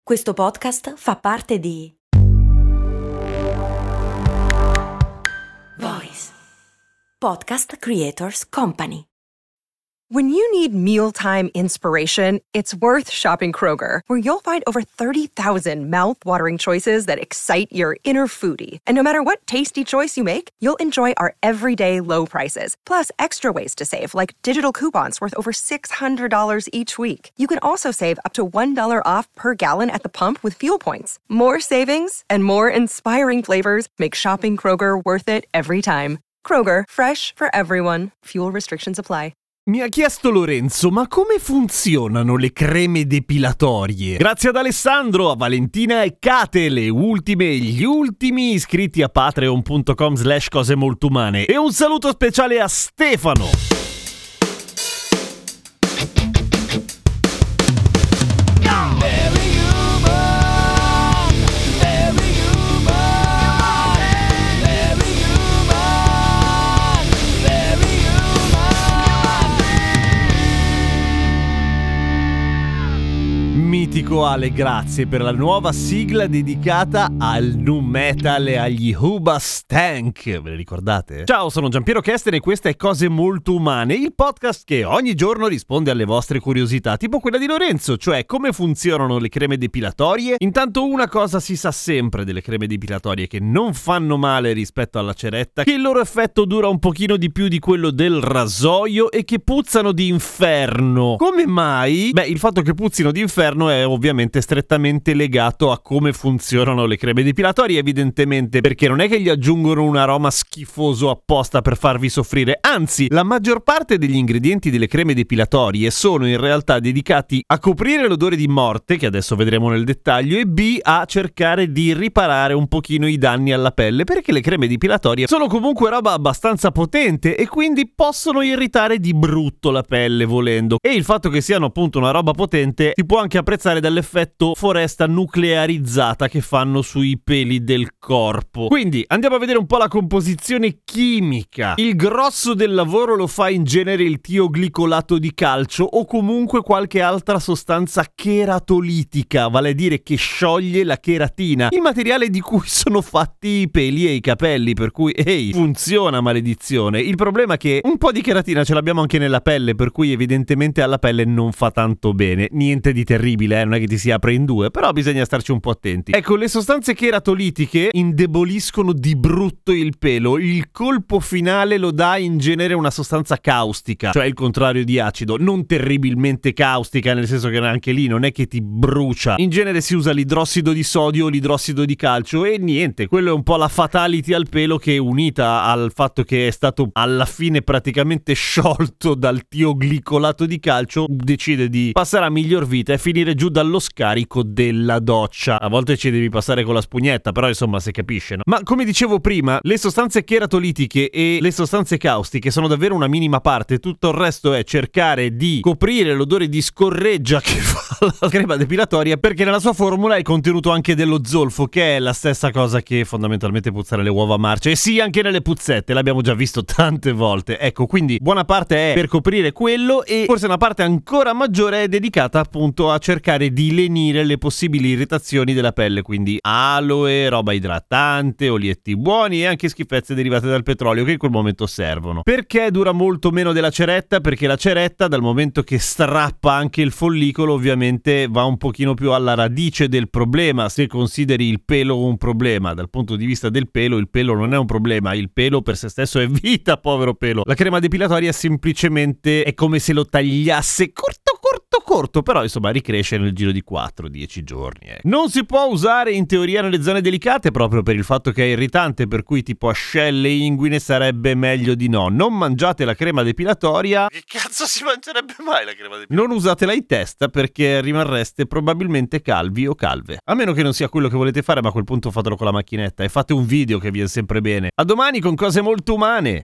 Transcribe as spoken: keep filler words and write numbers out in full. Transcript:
Questo podcast fa parte di Voice Podcast Creators Company. When you need mealtime inspiration, it's worth shopping Kroger, where you'll find over thirty thousand mouth-watering choices that excite your inner foodie. And no matter what tasty choice you make, you'll enjoy our everyday low prices, plus extra ways to save, like digital coupons worth over six hundred dollars each week. You can also save up to one dollar off per gallon at the pump with fuel points. More savings and more inspiring flavors make shopping Kroger worth it every time. Kroger, fresh for everyone. Fuel restrictions apply. Mi ha chiesto Lorenzo, ma come funzionano le creme depilatorie? Grazie ad Alessandro, a Valentina e Kate, le ultime e gli ultimi iscritti a patreon.com slash cose molto umane. E un saluto speciale a Stefano. Mitico Ale, grazie per la nuova sigla dedicata al nu metal e agli Hoobastank. Ve le ricordate? Ciao, sono Giampiero Kesten e questa è Cose Molto Umane, il podcast che ogni giorno risponde alle vostre curiosità, tipo quella di Lorenzo, cioè come funzionano le creme depilatorie. Intanto una cosa si sa sempre delle creme depilatorie, che non fanno male rispetto alla ceretta, che il loro effetto dura un pochino di più di quello del rasoio e che puzzano di inferno. Come mai? Beh, il fatto che puzzino di inferno è ovviamente strettamente legato a come funzionano le creme depilatorie, evidentemente, perché non è che gli aggiungono un aroma schifoso apposta per farvi soffrire, anzi, la maggior parte degli ingredienti delle creme depilatorie sono in realtà dedicati a coprire l'odore di morte, che adesso vedremo nel dettaglio, e b a cercare di riparare un pochino i danni alla pelle, perché le creme depilatorie sono comunque roba abbastanza potente e quindi possono irritare di brutto la pelle volendo, e il fatto che siano appunto una roba potente si può anche apprezzare dall'effetto foresta nuclearizzata che fanno sui peli del corpo. Quindi andiamo a vedere un po' la composizione chimica. Il grosso del lavoro lo fa in genere il tioglicolato di calcio o comunque qualche altra sostanza cheratolitica, vale a dire che scioglie la cheratina, il materiale di cui sono fatti i peli e i capelli, per cui ehi, funziona, maledizione. Il problema è che un po' di cheratina ce l'abbiamo anche nella pelle, per cui evidentemente alla pelle non fa tanto bene. Niente di terribile, eh? Non è che ti si apre in due, però bisogna starci un po' attenti. Ecco, le sostanze cheratolitiche indeboliscono di brutto il pelo. Il colpo finale lo dà in genere una sostanza caustica, cioè il contrario di acido, non terribilmente caustica, nel senso che anche lì non è che ti brucia. In genere si usa l'idrossido di sodio o l'idrossido di calcio e niente, quello è un po' la fatality al pelo, che unita al fatto che è stato alla fine praticamente sciolto dal tioglicolato di calcio, decide di passare a miglior vita e finire giù dallo scarico della doccia. A volte ci devi passare con la spugnetta, però insomma si capisce, no? Ma come dicevo prima, le sostanze cheratolitiche e le sostanze caustiche sono davvero una minima parte, tutto il resto è cercare di coprire l'odore di scorreggia che fa la crema depilatoria, perché nella sua formula è contenuto anche dello zolfo, che è la stessa cosa che fondamentalmente puzzare le uova marce, e sì, anche nelle puzzette, l'abbiamo già visto tante volte. Ecco, quindi buona parte è per coprire quello e forse una parte ancora maggiore è dedicata appunto a cercare di lenire le possibili irritazioni della pelle, quindi aloe, roba idratante, olietti buoni e anche schifezze derivate dal petrolio che in quel momento servono. Perché dura molto meno della ceretta? Perché la ceretta, dal momento che strappa anche il follicolo, ovviamente va un pochino più alla radice del problema. Se consideri il pelo un problema, dal punto di vista del pelo, il pelo non è un problema, il pelo per se stesso è vita, povero pelo. La crema depilatoria semplicemente è come se lo tagliasse corto corto corto, però insomma ricresce nel giro di quattro dieci giorni. Eh. Non si può usare in teoria nelle zone delicate proprio per il fatto che è irritante, per cui tipo ascelle, inguine sarebbe meglio di no. Non mangiate la crema depilatoria. Che cazzo si mangerebbe mai la crema depilatoria? Non usatela in testa perché rimarreste probabilmente calvi o calve. A meno che non sia quello che volete fare, ma a quel punto fatelo con la macchinetta e fate un video che viene sempre bene. A domani con Cose Molto Umane.